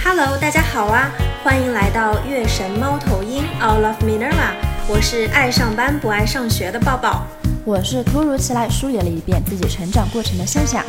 Hello， 大家好啊，欢迎来到月神猫头鹰 All of Minerva， 我是爱上班不爱上学的抱抱， 我是突如其来梳理了一遍自己成长过程的夏夏。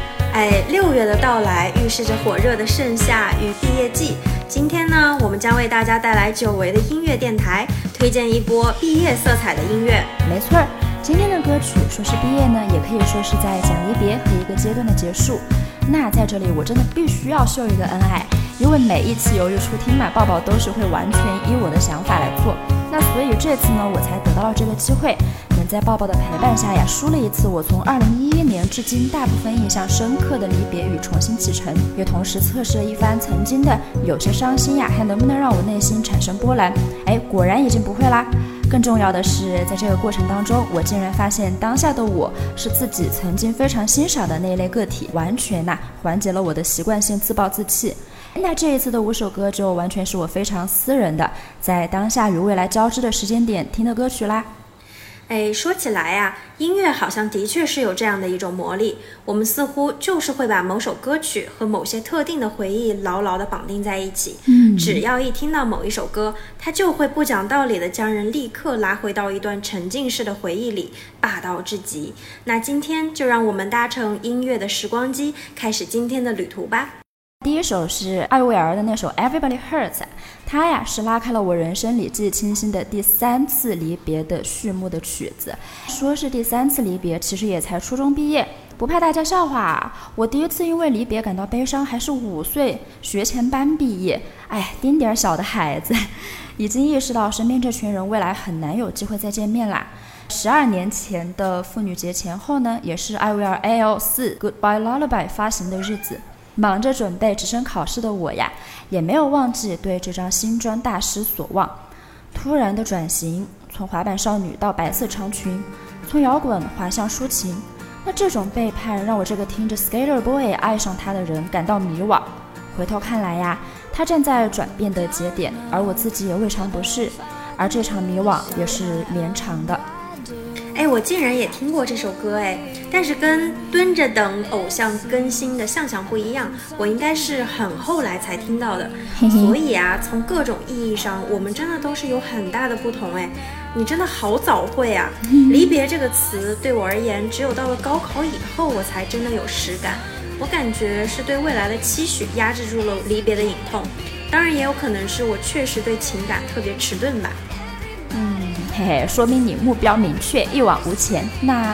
6月的到来预示着火热的盛夏与毕业季。今天呢，我们将为大家带来久违的音乐电台，推荐一波毕业色彩的音乐。 没错，今天的歌曲说是毕业呢，也可以说是在讲离别和一个阶段的结束。那在这里我真的必须要秀一个恩爱，因为每一期由日出听嘛，抱抱都是会完全依我的想法来做。那所以这次呢，我才得到了这个机会，能在抱抱的陪伴下呀，梳了一次我从2011年至今大部分印象深刻的离别与重新启程，也同时测试了一番曾经的有些伤心呀，还能不能让我内心产生波澜。果然已经不会啦。更重要的是，在这个过程当中，我竟然发现当下的我是自己曾经非常欣赏的那一类个体，完全缓解了我的习惯性自暴自弃。那这一次的5首歌就完全是我非常私人的，在当下与未来交织的时间点听的歌曲啦。 说起来啊，音乐好像的确是有这样的一种魔力，我们似乎就是会把某首歌曲和某些特定的回忆牢牢地绑定在一起。只要一听到某一首歌，它就会不讲道理地将人立刻拉回到一段沉浸式的回忆里，霸道至极。那今天就让我们搭乘音乐的时光机，开始今天的旅途吧。 第一首是艾薇儿的那首 Everybody Hurts， 它呀是拉开了我人生里记忆清新的第3次离别的序幕的曲子。说是第3次离别，其实也才初中毕业，不怕大家笑话，我第一次因为离别感到悲伤还是5岁学前班毕业。丁点小的孩子已经意识到身边这群人未来很难有机会再见面啦。12年前的妇女节前后呢，也是艾薇儿 AL4 Goodbye Lullaby 发行的日子。忙着准备直升考试的我呀，也没有忘记对这张新专大失所望。突然的转型，从滑板少女到白色长裙，从摇滚滑向抒情，那这种背叛让我这个听着 Skater Boy 爱上他的人感到迷惘。回头看来呀，他站在转变的节点，而我自己也未尝不是，而这场迷惘也是绵长的。 我竟然也听过这首歌但是跟蹲着等偶像更新的向不一样，我应该是很后来才听到的。所以从各种意义上，我们真的都是有很大的不同你真的好早会啊！离别这个词对我而言，只有到了高考以后，我才真的有实感。我感觉是对未来的期许压制住了离别的隐痛，当然也有可能是我确实对情感特别迟钝吧。 说明你目标明确，一往无前。那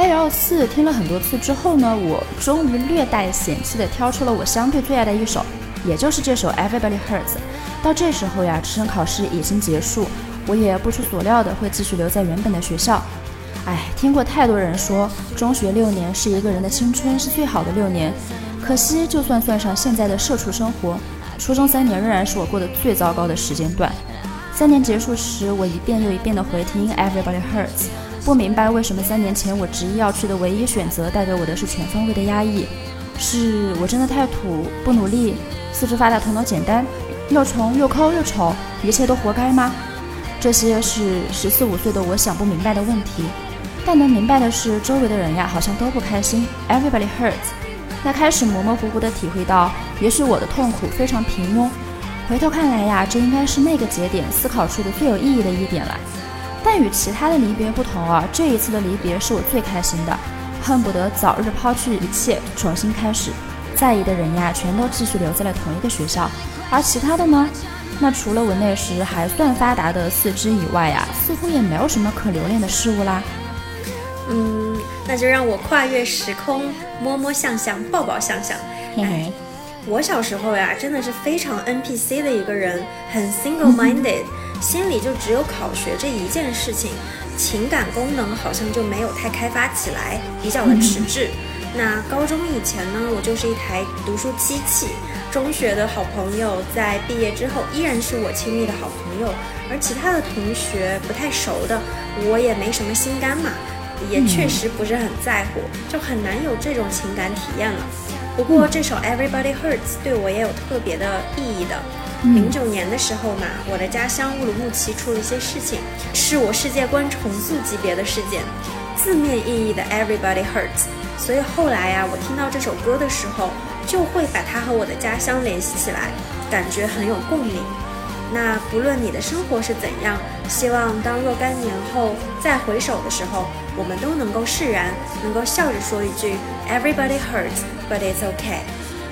AL4 听了很多次之后呢，我终于略带嫌弃的挑出了我相对最爱的一首，也就是这首 Everybody Hurts。 到这时候呀，直升考试已经结束，我也不出所料的会继续留在原本的学校。听过太多人说中学6年是一个人的青春，是最好的6年，可惜就算上现在的社畜生活，初中3年仍然是我过得最糟糕的时间段。3年结束时，我一遍又一遍的回听 Everybody Hurts， 不明白为什么3年前我执意要去的唯一选择带给我的是全方位的压抑。是我真的太土，不努力，四肢发达，头脑简单，又穷又抠又丑，一切都活该吗？这些是14、15岁的我想不明白的问题。但能明白的是，周围的人呀好像都不开心。 Everybody Hurts， 那开始模模糊糊的体会到，也许我的痛苦非常平庸。回头看来呀，这应该是那个节点思考出的最有意义的一点了。但与其他的离别不同这一次的离别是我最开心的，恨不得早日抛去一切，重新开始。在意的人呀，全都继续留在了同一个学校，而其他的呢？那除了我那时还算发达的四肢以外似乎也没有什么可留恋的事物啦。 那就让我跨越时空，摸摸向向，抱抱向向。我小时候真的是非常 NPC 的一个人，很 single-minded，心里就只有考学这一件事情，情感功能好像就没有太开发起来，比较的迟滞。那高中以前呢，我就是一台读书机器，中学的好朋友在毕业之后依然是我亲密的好朋友，而其他的同学不太熟的，我也没什么心肝嘛，也确实不是很在乎，就很难有这种情感体验了。不过这首 Everybody Hurts 对我也有特别的意义的。09年的时候嘛，我的家乡乌鲁木齐出了一些事情，是我世界观重塑级别的事件。字面意义的 Everybody Hurts 所以后来啊，我听到这首歌的时候，就会把它和我的家乡联系起来，感觉很有共鸣。那不论你的生活是怎样，希望当若干年后再回首的时候，我们都能够释然，能够笑着说一句 Everybody hurts, but it's okay。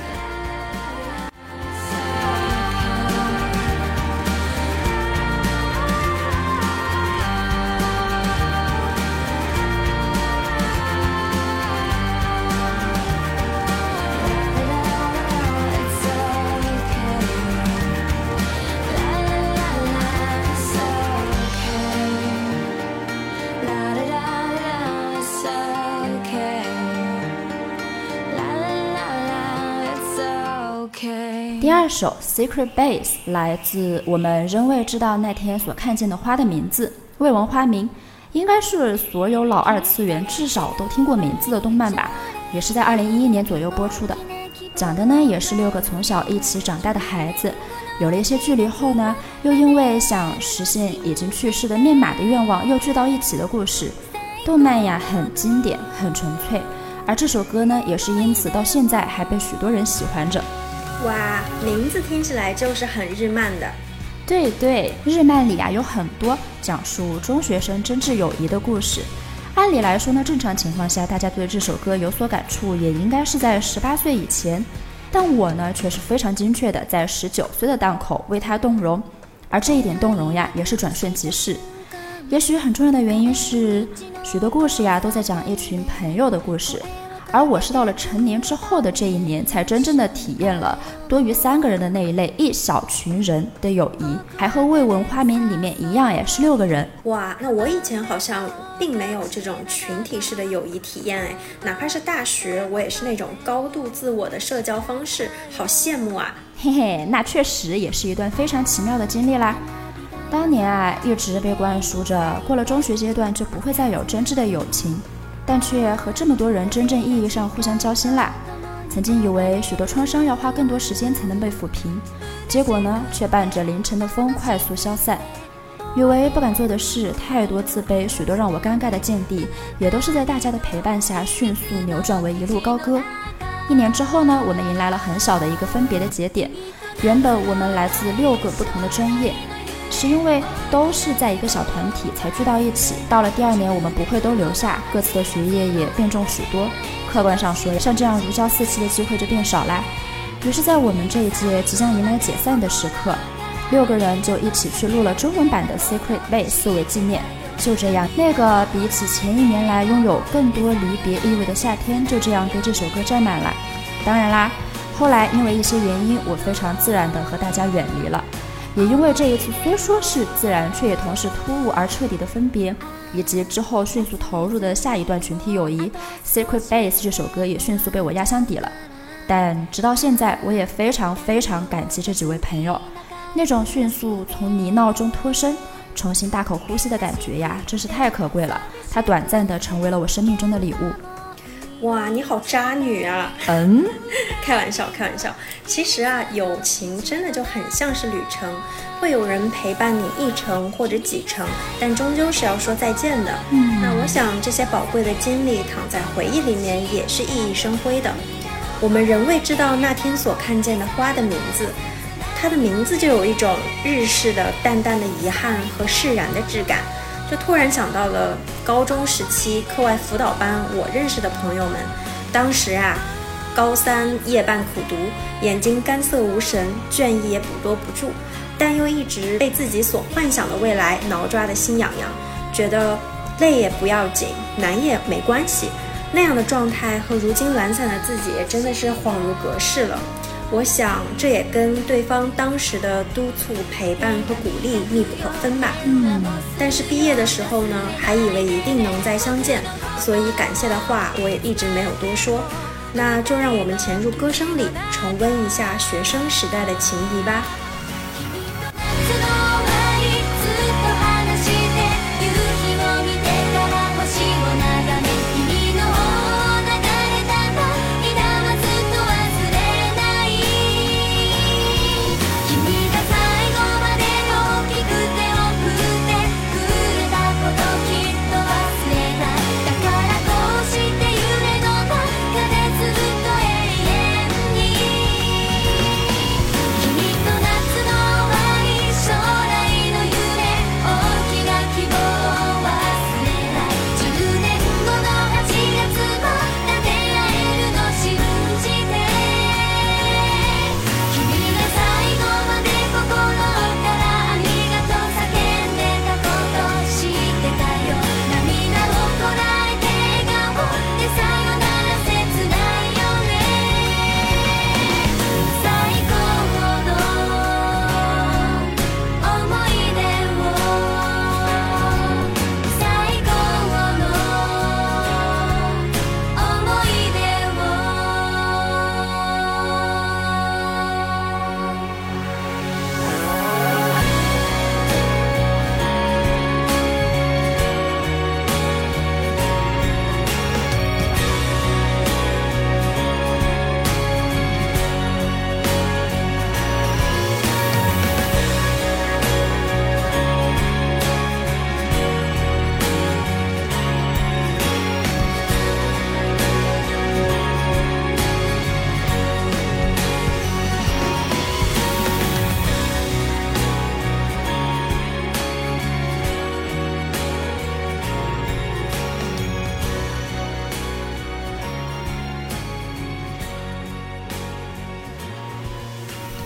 第二首 Secret Base 来自我们仍未知道那天所看见的花的名字，未闻花名，应该是所有老二次元至少都听过名字的动漫吧，也是在2011年左右播出的。讲的呢也是6个从小一起长大的孩子，有了一些距离后呢，又因为想实现已经去世的面马的愿望又聚到一起的故事。动漫呀很经典很纯粹，而这首歌呢也是因此到现在还被许多人喜欢着。 哇，名字听起来就是很日漫的。 对对，日漫里啊有很多讲述中学生真挚友谊的故事。按理来说呢，正常情况下大家对这首歌有所感触也应该是在18岁以前，但我呢却是非常精确的在19岁的档口为它动容，而这一点动容呀也是转瞬即逝。也许很重要的原因是许多故事呀都在讲一群朋友的故事，而我是到了成年之后的这一年才真正的体验了多于3个人的那一类一小群人的友谊，还和未闻花名里面一样耶，是6个人。 哇，那我以前好像并没有这种群体式的友谊体验哎，哪怕是大学我也是那种高度自我的社交方式，好羡慕啊。 嘿嘿，那确实也是一段非常奇妙的经历啦。当年啊一直被灌输着过了中学阶段就不会再有真挚的友情，但却和这么多人真正意义上互相交心啦。曾经以为许多创伤要花更多时间才能被抚平，结果呢却伴着凌晨的风快速消散。以为不敢做的事，太多自卑，许多让我尴尬的见地，也都是在大家的陪伴下迅速扭转为一路高歌。1年之后呢，我们迎来了很小的一个分别的节点。原本我们来自6个不同的专业，是因为都是在一个小团体才聚到一起，到了第2年我们不会都留下，各自的学业也变重许多，客观上说像这样如胶似漆的机会就变少啦。于是在我们这一届即将迎来解散的时刻，6个人就一起去录了中文版的 Secret Base 作为纪念。就这样，那个比起前1年来拥有更多离别意味的夏天就这样被这首歌占满了。当然啦，后来因为一些原因，我非常自然地和大家远离了，也因为这一次虽说是自然，却也同时突兀而彻底的分别，以及之后迅速投入的下一段群体友谊， Secret Base 这首歌也迅速被我压箱底了。但直到现在，我也非常非常感激这几位朋友，那种迅速从泥淖中脱身，重新大口呼吸的感觉呀，真是太可贵了。它短暂地成为了我生命中的礼物。 哇，你好渣女啊！开玩笑，开玩笑。其实啊，友情真的就很像是旅程，会有人陪伴你1程或者几程，但终究是要说再见的。那我想这些宝贵的经历躺在回忆里面也是熠熠生辉的。我们仍未知道那天所看见的花的名字，它的名字就有一种日式的淡淡的遗憾和释然的质感。就突然想到了高中时期课外辅导班我认识的朋友们，当时啊高3夜半苦读，眼睛干涩无神，倦意也捕捉不住，但又一直被自己所幻想的未来挠抓得心痒痒，觉得累也不要紧，难也没关系，那样的状态和如今懒散的自己真的是恍如隔世了。我想这也跟对方当时的督促、陪伴和鼓励密不可分吧。但是毕业的时候呢，还以为一定能再相见，所以感谢的话我也一直没有多说。那就让我们潜入歌声里，重温一下学生时代的情谊吧。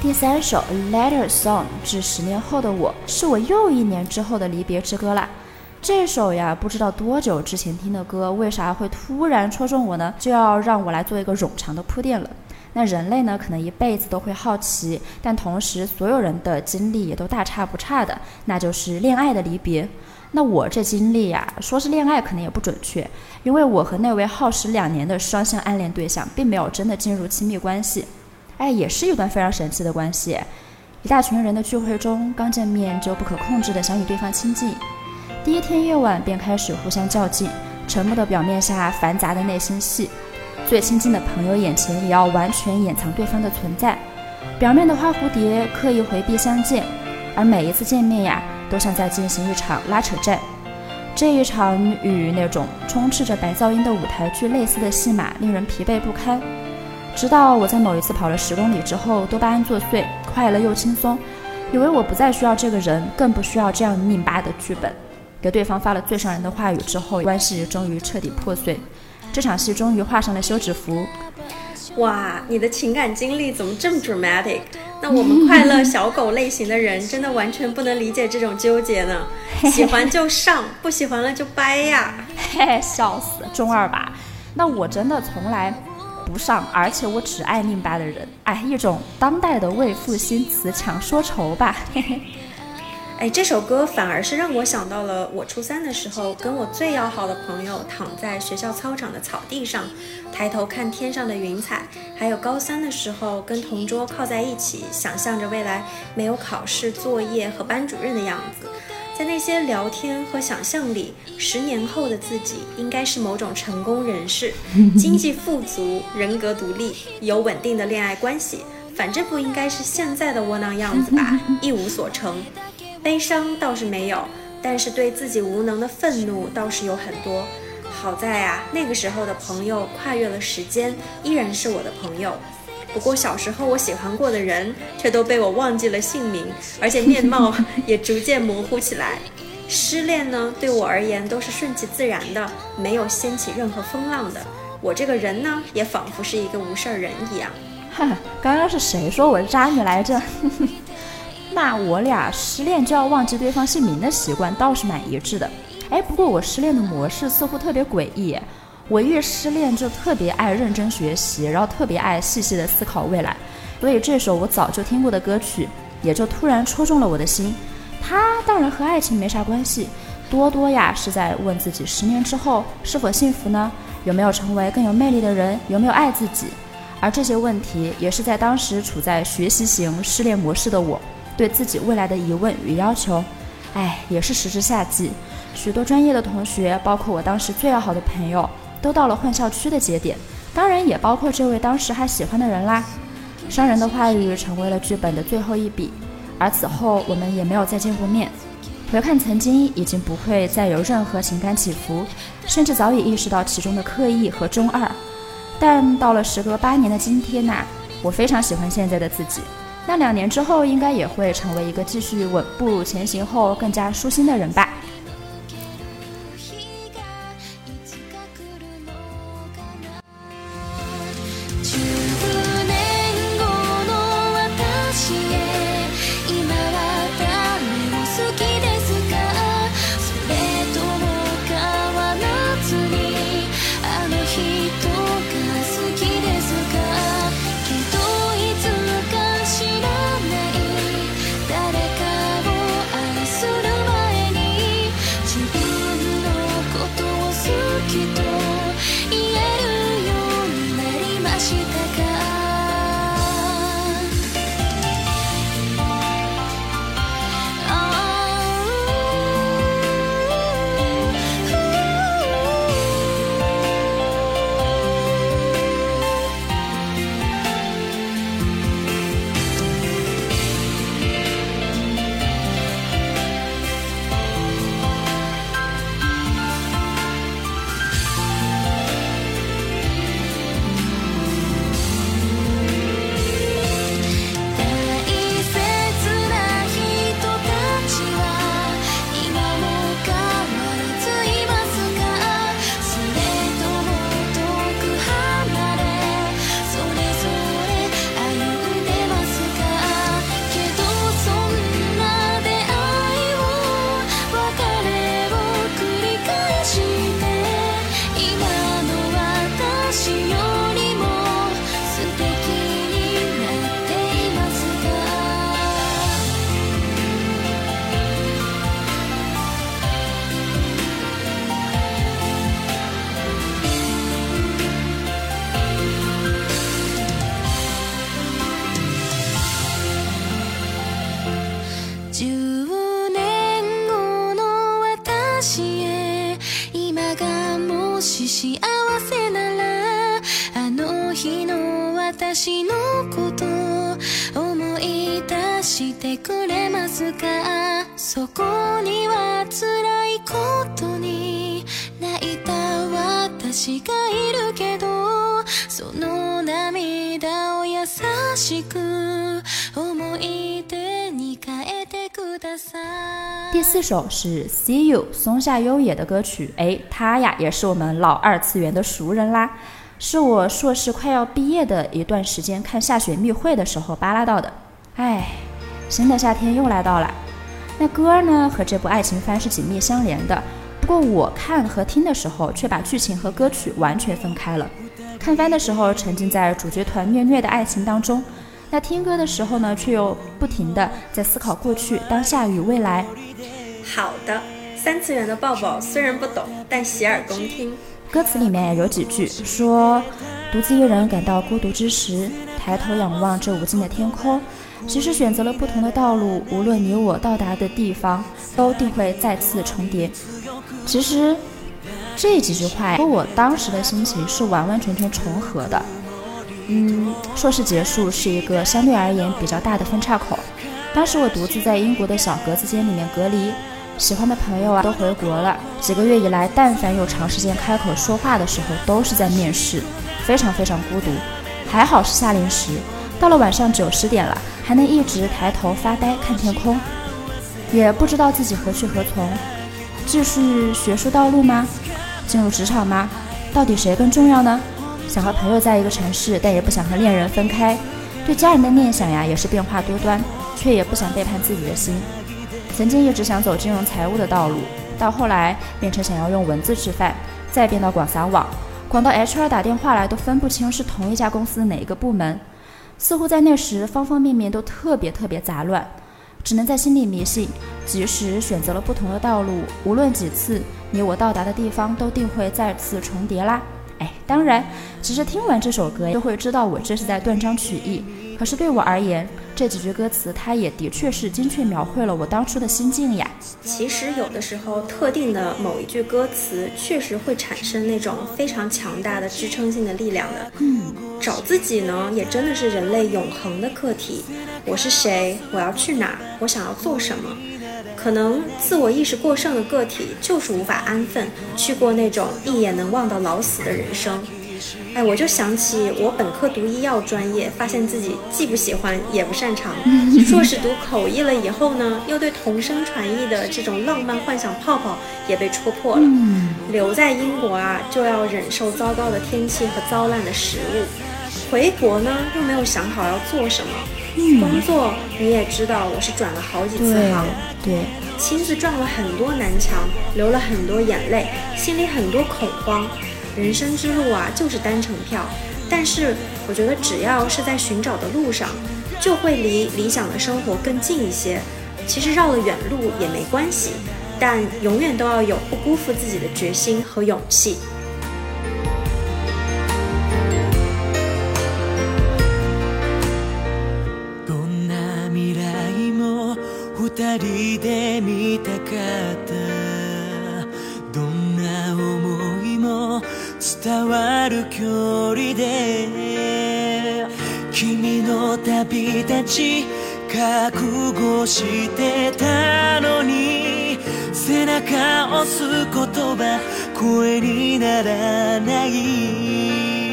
第3首 Letter Song 致10年后的我，是我又1年之后的离别之歌啦。这首呀，不知道多久之前听的歌，为啥会突然戳中我呢？就要让我来做一个冗长的铺垫了。那人类呢，可能一辈子都会好奇，但同时所有人的经历也都大差不差的，那就是恋爱的离别。那我这经历呀，说是恋爱可能也不准确，因为我和那位耗时2年的双向暗恋对象，并没有真的进入亲密关系。也是一段非常神奇的关系。一大群人的聚会中，刚见面就不可控制的想与对方亲近。第1天夜晚便开始互相较劲，沉默的表面下繁杂的内心戏。最亲近的朋友眼前也要完全掩藏对方的存在，表面的花蝴蝶刻意回避相见，而每一次见面呀，都像在进行一场拉扯战。这一场与那种充斥着白噪音的舞台剧类似的戏码，令人疲惫不堪。直到我在某一次跑了10公里之后，多巴胺作祟，快乐又轻松，以为我不再需要这个人，更不需要这样拧巴的剧本。给对方发了最伤人的话语之后，关系终于彻底破碎。这场戏终于画上了休止符。 哇，你的情感经历怎么这么 dramatic？ 那我们快乐小狗类型的人真的完全不能理解这种纠结呢。喜欢就上，不喜欢了就掰呀。 笑死，中2吧。那我真的从来不上，而且我只爱拧巴的人。一种当代的为赋新词强说愁吧。 这首歌反而是让我想到了我初3的时候，跟我最要好的朋友躺在学校操场的草地上，抬头看天上的云彩，还有高3的时候跟同桌靠在一起，想象着未来没有考试、作业和班主任的样子。在那些聊天和想象里，10年后的自己应该是某种成功人士，经济富足，人格独立，有稳定的恋爱关系，反正不应该是现在的窝囊样子吧，一无所成。悲伤倒是没有，但是对自己无能的愤怒倒是有很多。好在那个时候的朋友跨越了时间，依然是我的朋友。不过小时候我喜欢过的人，却都被我忘记了姓名，而且面貌也逐渐模糊起来。失恋呢，对我而言都是顺其自然的，没有掀起任何风浪的。我这个人呢，也仿佛是一个无事人一样。 刚刚是谁说我是渣女来着？那我俩失恋就要忘记对方姓名的习惯倒是蛮一致的。不过我失恋的模式似乎特别诡异。我一失恋就特别爱认真学习，然后特别爱细细的思考未来，所以这首我早就听过的歌曲也就突然戳中了我的心。它当然和爱情没啥关系，多多呀是在问自己10年之后是否幸福呢？有没有成为更有魅力的人？有没有爱自己？而这些问题也是在当时处在学习型失恋模式的我对自己未来的疑问与要求。也是时至夏季，许多专业的同学，包括我当时最要好的朋友，都到了换校区的节点，当然也包括这位当时还喜欢的人啦。伤人的话语成为了剧本的最后一笔，而此后我们也没有再见过面。回看曾经，已经不会再有任何情感起伏，甚至早已意识到其中的刻意和中二。但到了时隔8年的今天我非常喜欢现在的自己。那2年之后应该也会成为一个继续稳步前行后更加舒心的人吧。 あの日の私のこと思い出してくれますか。そこには辛いことに泣いた私がいるけど、その涙を優しく思い出に変えてください。 第4首是 See You 松下优也的歌曲，他呀也是我们老二次元的熟人啦，是我硕士快要毕业的一段时间看下雪密会的时候扒拉到的。新的夏天又来到了。那歌呢和这部爱情番是紧密相连的，不过我看和听的时候却把剧情和歌曲完全分开了。看番的时候沉浸在主角团虐的爱情当中，那听歌的时候呢却又不停地在思考过去、当下与未来。 好的，三次元的抱抱虽然不懂，但洗耳恭听。 歌词里面有几句说，独自一人感到孤独之时，抬头仰望这无尽的天空，即使选择了不同的道路，无论你我到达的地方都定会再次重叠。其实这几句话和我当时的心情是完完全全重合的。硕士结束是一个相对而言比较大的分岔口，当时我独自在英国的小格子间里面隔离，喜欢的朋友都回国了，几个月以来但凡有长时间开口说话的时候都是在面试，非常非常孤独。还好是夏令时，到了晚上9、10点了，还能一直抬头发呆看天空，也不知道自己何去何从，继续学术道路吗？进入职场吗？到底谁更重要呢？想和朋友在一个城市，但也不想和恋人分开，对家人的念想呀也是变化多端，却也不想背叛自己的心。曾经一直想走金融财务的道路，到后来变成想要用文字吃饭，再变到广撒网，广到 HR 打电话来都分不清是同一家公司哪一个部门，似乎在那时方方面面都特别杂乱，只能在心里迷信，即使选择了不同的道路，无论几次，你我到达的地方都定会再次重叠啦。当然只是听完这首歌就会知道我这是在断章取义，可是对我而言，这几句歌词它也的确是精确描绘了我当初的心境呀。 其实有的时候特定的某一句歌词确实会产生那种非常强大的支撑性的力量的。找自己呢也真的是人类永恒的课题。我是谁？我要去哪？我想要做什么？可能自我意识过剩的个体就是无法安分去过那种一眼能望到老死的人生。我就想起我本科读医药专业，发现自己既不喜欢也不擅长。硕士读口译了以后呢，又对同声传译的这种浪漫幻想泡泡也被戳破了。留在英国就要忍受糟糕的天气和糟烂的食物，回国呢又没有想好要做什么。工作你也知道，我是转了好几次行， 对， 亲自撞了很多南墙，流了很多眼泪，心里很多恐慌。人生之路就是单程票，但是我觉得只要是在寻找的路上，就会离理想的生活更近一些。其实绕了远路也没关系，但永远都要有不辜负自己的决心和勇气。 二人で見たかった、どんな思いも伝わる距離で、君の旅立ち覚悟してたのに、背中押す言葉声にならない、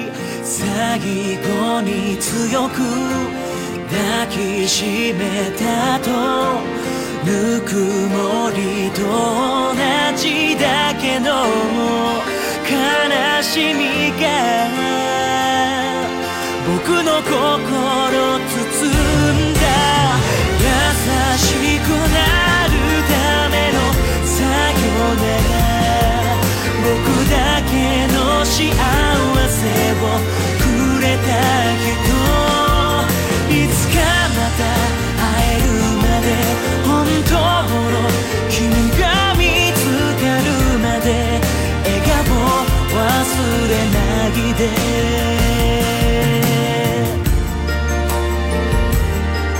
最後に強く抱きしめたと、ぬくもりと同じだけの悲しみが僕の心包んだ、優しくなるためのさよなら、僕だけの幸せをくれた人、いつかまた会えるまで、本当の君が見つかるまで、笑顔忘れないで。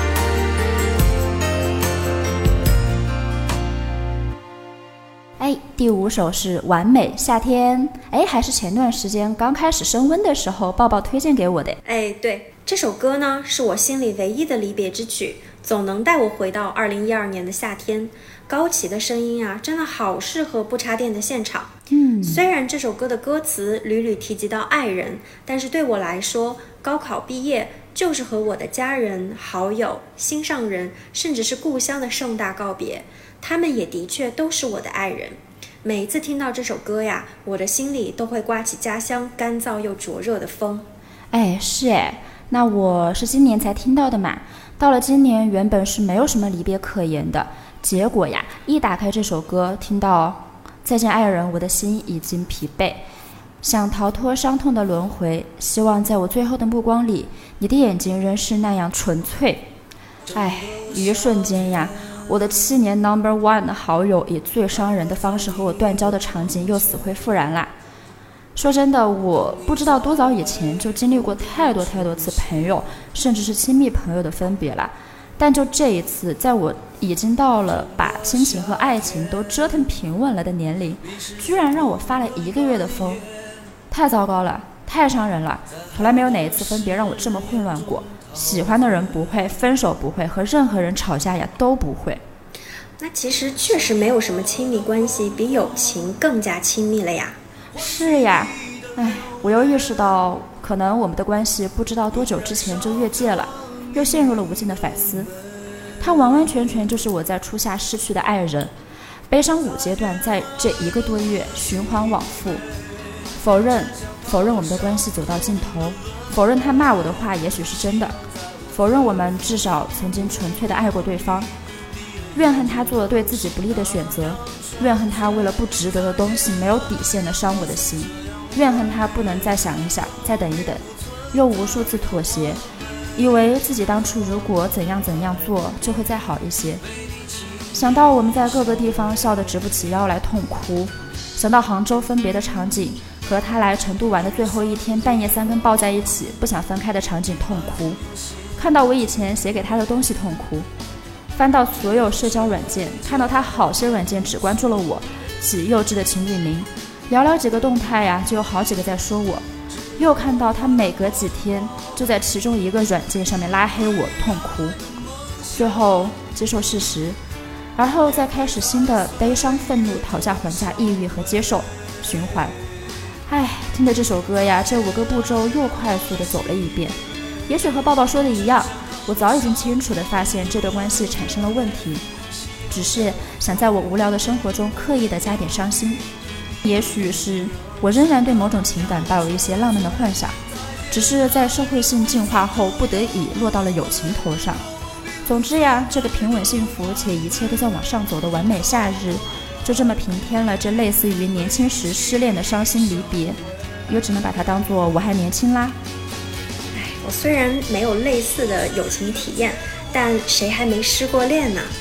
第5首是完美夏天，还是前段时间刚开始升温的时候抱抱推荐给我的。 对，这首歌呢是我心里唯一的离别之曲，总能带我回到2012年的夏天。高旗的声音啊，真的好适合不插电的现场。虽然这首歌的歌词屡屡提及到爱人，但是对我来说，高考毕业就是和我的家人、好友、心上人，甚至是故乡的盛大告别。他们也的确都是我的爱人。每一次听到这首歌呀，我的心里都会刮起家乡干燥又灼热的风。 那我是今年才听到的嘛。到了今年，原本是没有什么离别可言的，结果呀，一打开这首歌，听到再见爱人，我的心已经疲惫，想逃脱伤痛的轮回，希望在我最后的目光里，你的眼睛仍是那样纯粹。一瞬间呀，我的7年 No.1 的好友以最伤人的方式和我断交的场景又死灰复燃啦。说真的，我不知道多早以前就经历过太多次朋友甚至是亲密朋友的分别了，但就这一次，在我已经到了把亲情和爱情都折腾平稳了的年龄，居然让我发了1个月的疯，太糟糕了，太伤人了。从来没有哪一次分别让我这么混乱过，喜欢的人不会，分手不会，和任何人吵架呀都不会。 那其实确实没有什么亲密关系比友情更加亲密了呀。 是呀，我又意识到，可能我们的关系不知道多久之前就越界了，又陷入了无尽的反思。他完完全全就是我在初夏失去的爱人，悲伤5阶段在这1个多月循环往复，否认我们的关系走到尽头，否认他骂我的话也许是真的，否认我们至少曾经纯粹的爱过对方，怨恨他做了对自己不利的选择，怨恨他为了不值得的东西没有底线的伤我的心，怨恨他不能再想一想，再等一等，又无数次妥协，以为自己当初如果怎样做就会再好一些。想到我们在各个地方笑得直不起腰来痛哭，想到杭州分别的场景，和他来成都玩的最后一天半夜3更抱在一起不想分开的场景痛哭，看到我以前写给他的东西痛哭，翻到所有社交软件，看到他好些软件只关注了我，起幼稚的情侣名，寥寥几个动态呀，就有好几个在说我，又看到他每隔几天就在其中一个软件上面拉黑我，痛哭，最后接受事实，然后再开始新的悲伤、愤怒、讨价还价、抑郁和接受循环。听着这首歌呀，这5个步骤又快速的走了一遍。也许和抱抱说的一样，我早已经清楚地发现这段关系产生了问题，只是想在我无聊的生活中刻意地加点伤心。也许是我仍然对某种情感抱有一些浪漫的幻想，只是在社会性进化后不得已落到了友情头上。总之呀，这个平稳幸福且一切都在往上走的完美夏日，就这么平添了这类似于年轻时失恋的伤心离别，也只能把它当作我还年轻啦。 我虽然没有类似的友情体验，但谁还没失过恋呢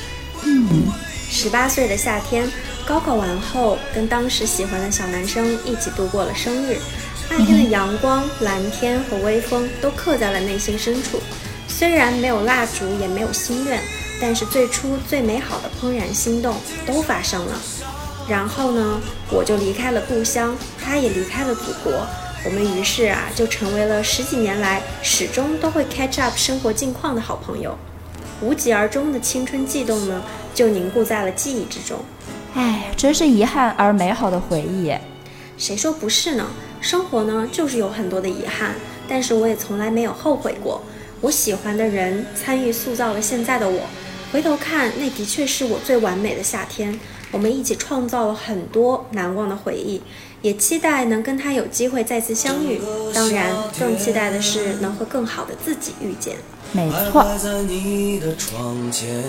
？18岁的夏天，高考完后跟当时喜欢的小男生一起度过了生日，那天的阳光、蓝天和微风都刻在了内心深处。虽然没有蜡烛也没有心愿，但是最初最美好的怦然心动都发生了。然后呢，我就离开了故乡，他也离开了祖国，我们于是就成为了10几年来始终都会 catch up 生活近况的好朋友。无疾而终的青春悸动呢，就凝固在了记忆之中。 真是遗憾而美好的回忆耶。 谁说不是呢？生活呢，就是有很多的遗憾，但是我也从来没有后悔过。我喜欢的人参与塑造了现在的我，回头看，那的确是我最完美的夏天。我们一起创造了很多难忘的回忆，也期待能跟他有机会再次相遇。当然，更期待的是能和更好的自己遇见。 没错。 徘徊在你的窗前，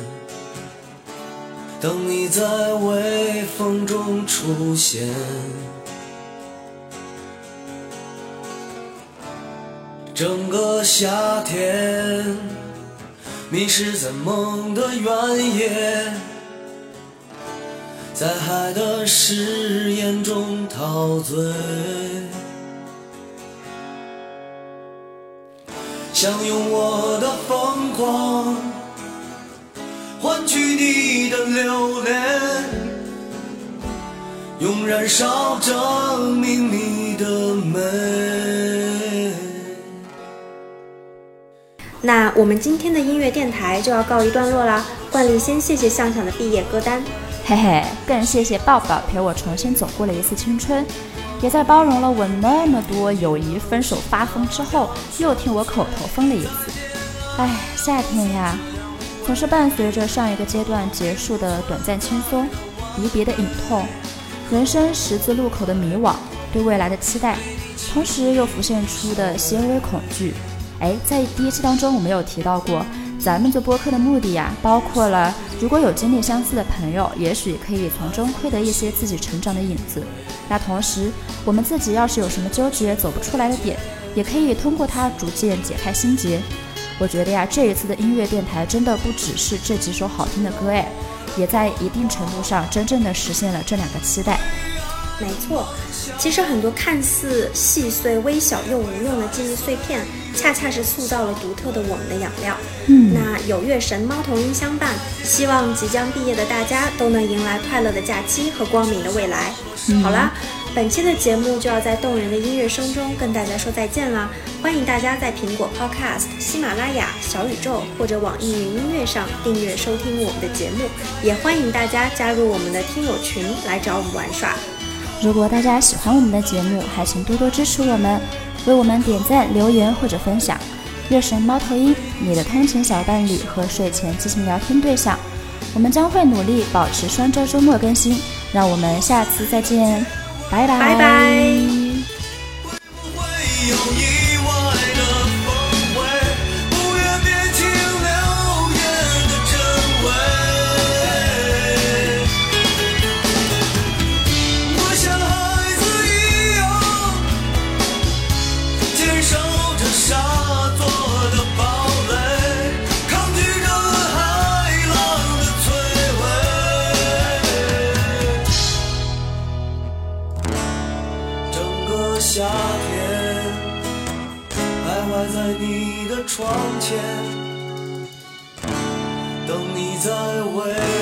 等你在微风中出现。整个夏天，迷失在梦的原野，在海的誓言中陶醉，想用我的疯狂换取你的留恋， 用燃烧证明你的美。 那我们今天的音乐电台就要告一段落啦。惯例先谢谢向向的毕业歌单， 嘿嘿，更谢谢抱抱陪我重新走过了一次青春，也在包容了我那么多友谊分手发疯之后，又听我口头疯了一次。哎，夏天呀，总是伴随着上一个阶段结束的短暂轻松，离别的隐痛，人生十字路口的迷惘，对未来的期待，同时又浮现出的些微恐惧。在第一期当中我们有提到过，咱们做播客的目的呀，包括了如果有经历相似的朋友，也许可以从中窥得一些自己成长的影子。那同时我们自己要是有什么纠结走不出来的点，也可以通过它逐渐解开心结。我觉得呀，这一次的音乐电台真的不只是这几首好听的歌，也在一定程度上真正的实现了这两个期待。 没错，其实很多看似细碎微小又无用的记忆碎片，恰恰是塑造了独特的我们的养料。那有乐神猫头鹰相伴，希望即将毕业的大家都能迎来快乐的假期和光明的未来。好啦，本期的节目就要在动人的音乐声中跟大家说再见啦！欢迎大家在苹果 Podcast、喜马拉雅、小宇宙或者网易云音乐上订阅收听我们的节目，也欢迎大家加入我们的听友群来找我们玩耍。 如果大家喜欢我们的节目，还请多多支持我们，为我们点赞、留言或者分享。乐神猫头鹰，你的通勤小伴侣和睡前激情聊天对象。我们将会努力保持双周周末更新，让我们下次再见，拜拜拜拜。 夏天徘徊在你的窗前，等你在为